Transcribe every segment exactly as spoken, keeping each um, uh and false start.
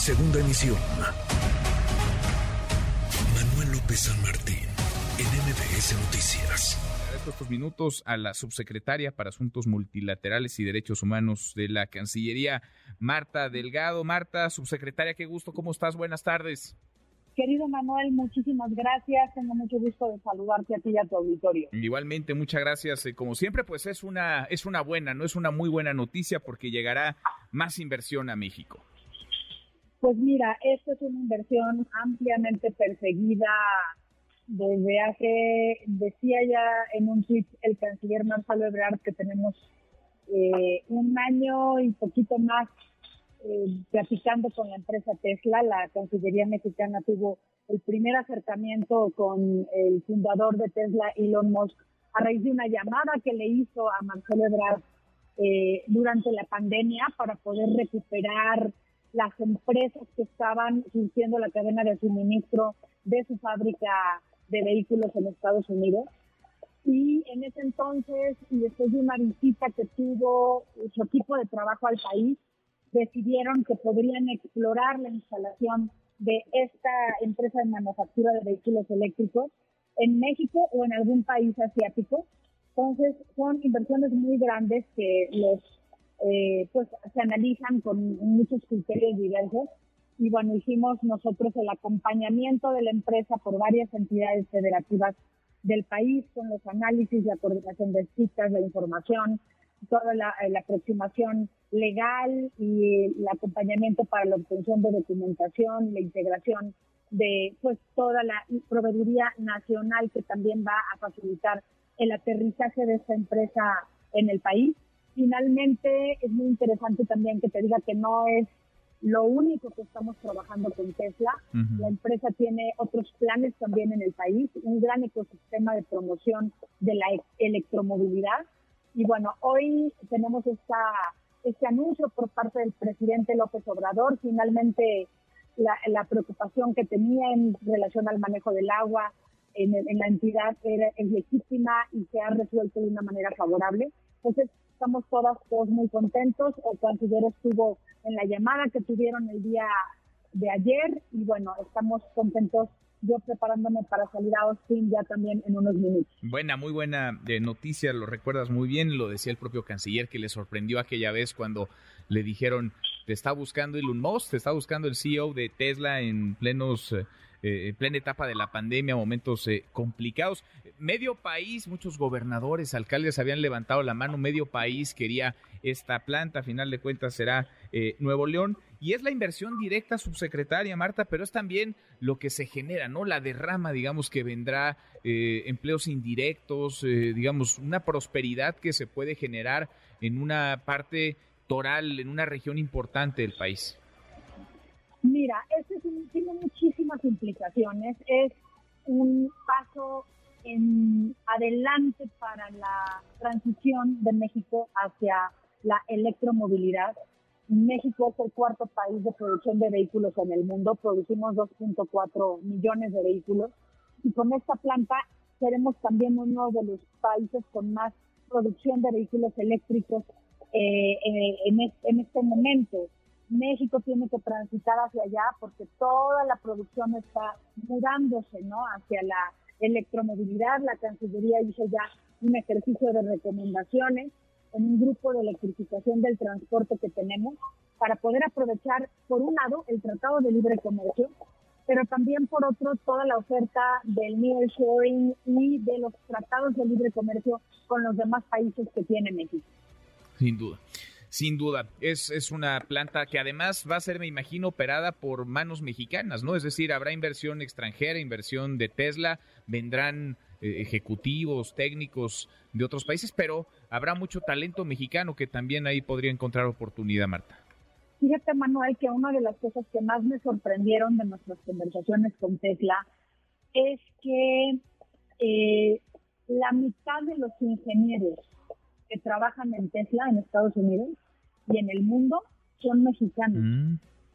Segunda emisión. Manuel López San Martín, en M B S Noticias. Agradezco estos minutos a la subsecretaria para Asuntos Multilaterales y Derechos Humanos de la Cancillería, Marta Delgado. Marta, subsecretaria, qué gusto, ¿cómo estás? Buenas tardes. Querido Manuel, muchísimas gracias. Tengo mucho gusto de saludarte a ti y a tu auditorio. Igualmente, muchas gracias. Como siempre, pues es una es una buena, no es una muy buena noticia porque llegará más inversión a México. Pues mira, esta es una inversión ampliamente perseguida desde hace, decía ya en un tweet el canciller Marcelo Ebrard que tenemos eh, un año y poquito más Eh, platicando con la empresa Tesla. La Cancillería mexicana tuvo el primer acercamiento con el fundador de Tesla, Elon Musk, a raíz de una llamada que le hizo a Marcelo Ebrard eh, durante la pandemia para poder recuperar las empresas que estaban surtiendo la cadena de suministro de su fábrica de vehículos en Estados Unidos. Y en ese entonces, y después de una visita que tuvo su equipo de trabajo al país, decidieron que podrían explorar la instalación de esta empresa de manufactura de vehículos eléctricos en México o en algún país asiático. Entonces, son inversiones muy grandes que los eh, pues se analizan con muchos criterios diversos. Y bueno, hicimos nosotros el acompañamiento de la empresa por varias entidades federativas del país con los análisis, la coordinación de citas, la información, toda la, la aproximación legal y el acompañamiento para la obtención de documentación, la integración de pues toda la proveeduría nacional que también va a facilitar el aterrizaje de esta empresa en el país. Finalmente, es muy interesante también que te diga que no es lo único que estamos trabajando con Tesla. Uh-huh. La empresa tiene otros planes también en el país, un gran ecosistema de promoción de la electromovilidad. Y bueno, hoy tenemos esta, este anuncio por parte del presidente López Obrador. Finalmente, la, la preocupación que tenía en relación al manejo del agua en, en la entidad era, es legítima y se ha resuelto de una manera favorable. Entonces, estamos todas, todos muy contentos. El canciller estuvo en la llamada que tuvieron el día de ayer y bueno, estamos contentos. Yo preparándome para salir a Austin ya también en unos minutos. Buena, muy buena eh, noticia, lo recuerdas muy bien, lo decía el propio canciller que le sorprendió aquella vez cuando le dijeron, te está buscando Elon Musk, te está buscando el C E O de Tesla en plenos... Eh, Eh, en plena etapa de la pandemia, momentos eh, complicados. Medio país, muchos gobernadores, alcaldes habían levantado la mano, medio país quería esta planta, a final de cuentas será eh, Nuevo León, y es la inversión directa, subsecretaria Marta, pero es también lo que se genera, ¿no? La derrama, digamos, que vendrá, eh, empleos indirectos, eh, digamos, una prosperidad que se puede generar en una parte toral, en una región importante del país. Mira, este es un, tiene muchísimas implicaciones, es un paso en adelante para la transición de México hacia la electromovilidad. México es el cuarto país de producción de vehículos en el mundo, producimos dos punto cuatro millones de vehículos y con esta planta seremos también uno de los países con más producción de vehículos eléctricos eh, eh, en, este, en este momento. México tiene que transitar hacia allá porque toda la producción está mudándose, ¿no?, hacia la electromovilidad. La Cancillería hizo ya un ejercicio de recomendaciones en un grupo de electrificación del transporte que tenemos para poder aprovechar, por un lado, el Tratado de Libre Comercio, pero también, por otro, toda la oferta del nearshoring y de los tratados de libre comercio con los demás países que tiene México. Sin duda. Sin duda, es, es una planta que además va a ser, me imagino, operada por manos mexicanas, ¿no? Es decir, habrá inversión extranjera, inversión de Tesla, vendrán eh, ejecutivos, técnicos de otros países, pero habrá mucho talento mexicano que también ahí podría encontrar oportunidad, Marta. Fíjate, Manuel, que una de las cosas que más me sorprendieron de nuestras conversaciones con Tesla es que eh, la mitad de los ingenieros que trabajan en Tesla en Estados Unidos y en el mundo son mexicanos. Mm.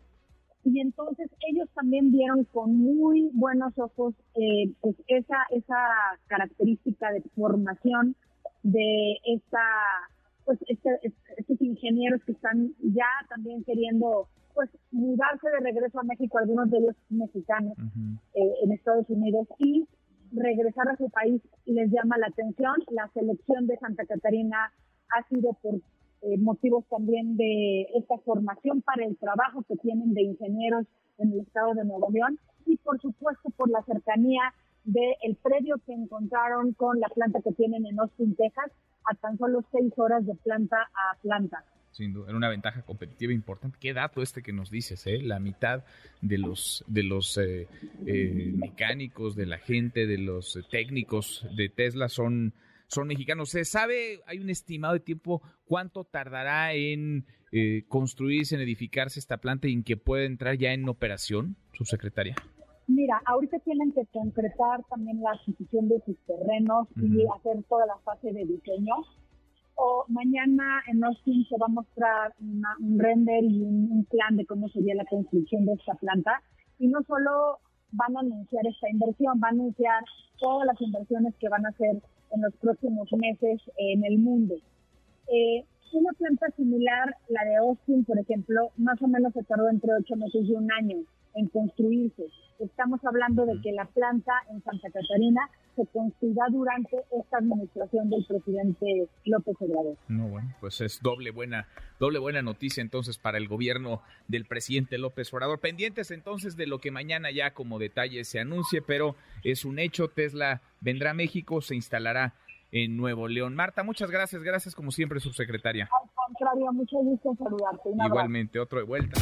Y entonces ellos también vieron con muy buenos ojos eh, pues esa, esa característica de formación de esta, pues este, estos ingenieros que están ya también queriendo pues mudarse de regreso a México, algunos de ellos mexicanos, uh-huh. eh, en Estados Unidos, y regresar a su país les llama la atención. La selección de Santa Catarina ha sido por eh, motivos también de esta formación para el trabajo que tienen de ingenieros en el estado de Nuevo León, y por supuesto por la cercanía del predio que encontraron con la planta que tienen en Austin, Texas, a tan solo seis horas de planta a planta. Sin duda, era una ventaja competitiva importante. Qué dato este que nos dices, ¿eh? La mitad de los de los eh, eh, mecánicos, de la gente, de los eh, técnicos de Tesla son, son mexicanos. ¿Se sabe, hay un estimado de tiempo, cuánto tardará en eh, construirse, en edificarse esta planta y en que pueda entrar ya en operación, subsecretaria? Mira, ahorita tienen que concretar también la adquisición de sus terrenos uh-huh. y hacer toda la fase de diseño. O mañana en Austin se va a mostrar una, un render y un, un plan de cómo sería la construcción de esta planta. Y no solo van a anunciar esta inversión, van a anunciar todas las inversiones que van a hacer en los próximos meses en el mundo. Eh, una planta similar, la de Austin, por ejemplo, más o menos se tardó entre ocho meses y un año en construirse. Estamos hablando de que la planta en Santa Catarina se construirá durante esta administración del presidente López Obrador. No, bueno, pues es doble buena, doble buena noticia entonces para el gobierno del presidente López Obrador. Pendientes entonces de lo que mañana ya como detalle se anuncie, pero es un hecho, Tesla vendrá a México, se instalará en Nuevo León. Marta, muchas gracias, gracias como siempre, subsecretaria. Al contrario, mucho gusto en saludarte. Un Igualmente, otro de vuelta.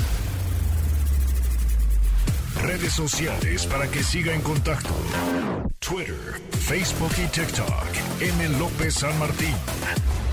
Redes sociales para que siga en contacto: Twitter, Facebook y TikTok. M. López San Martín.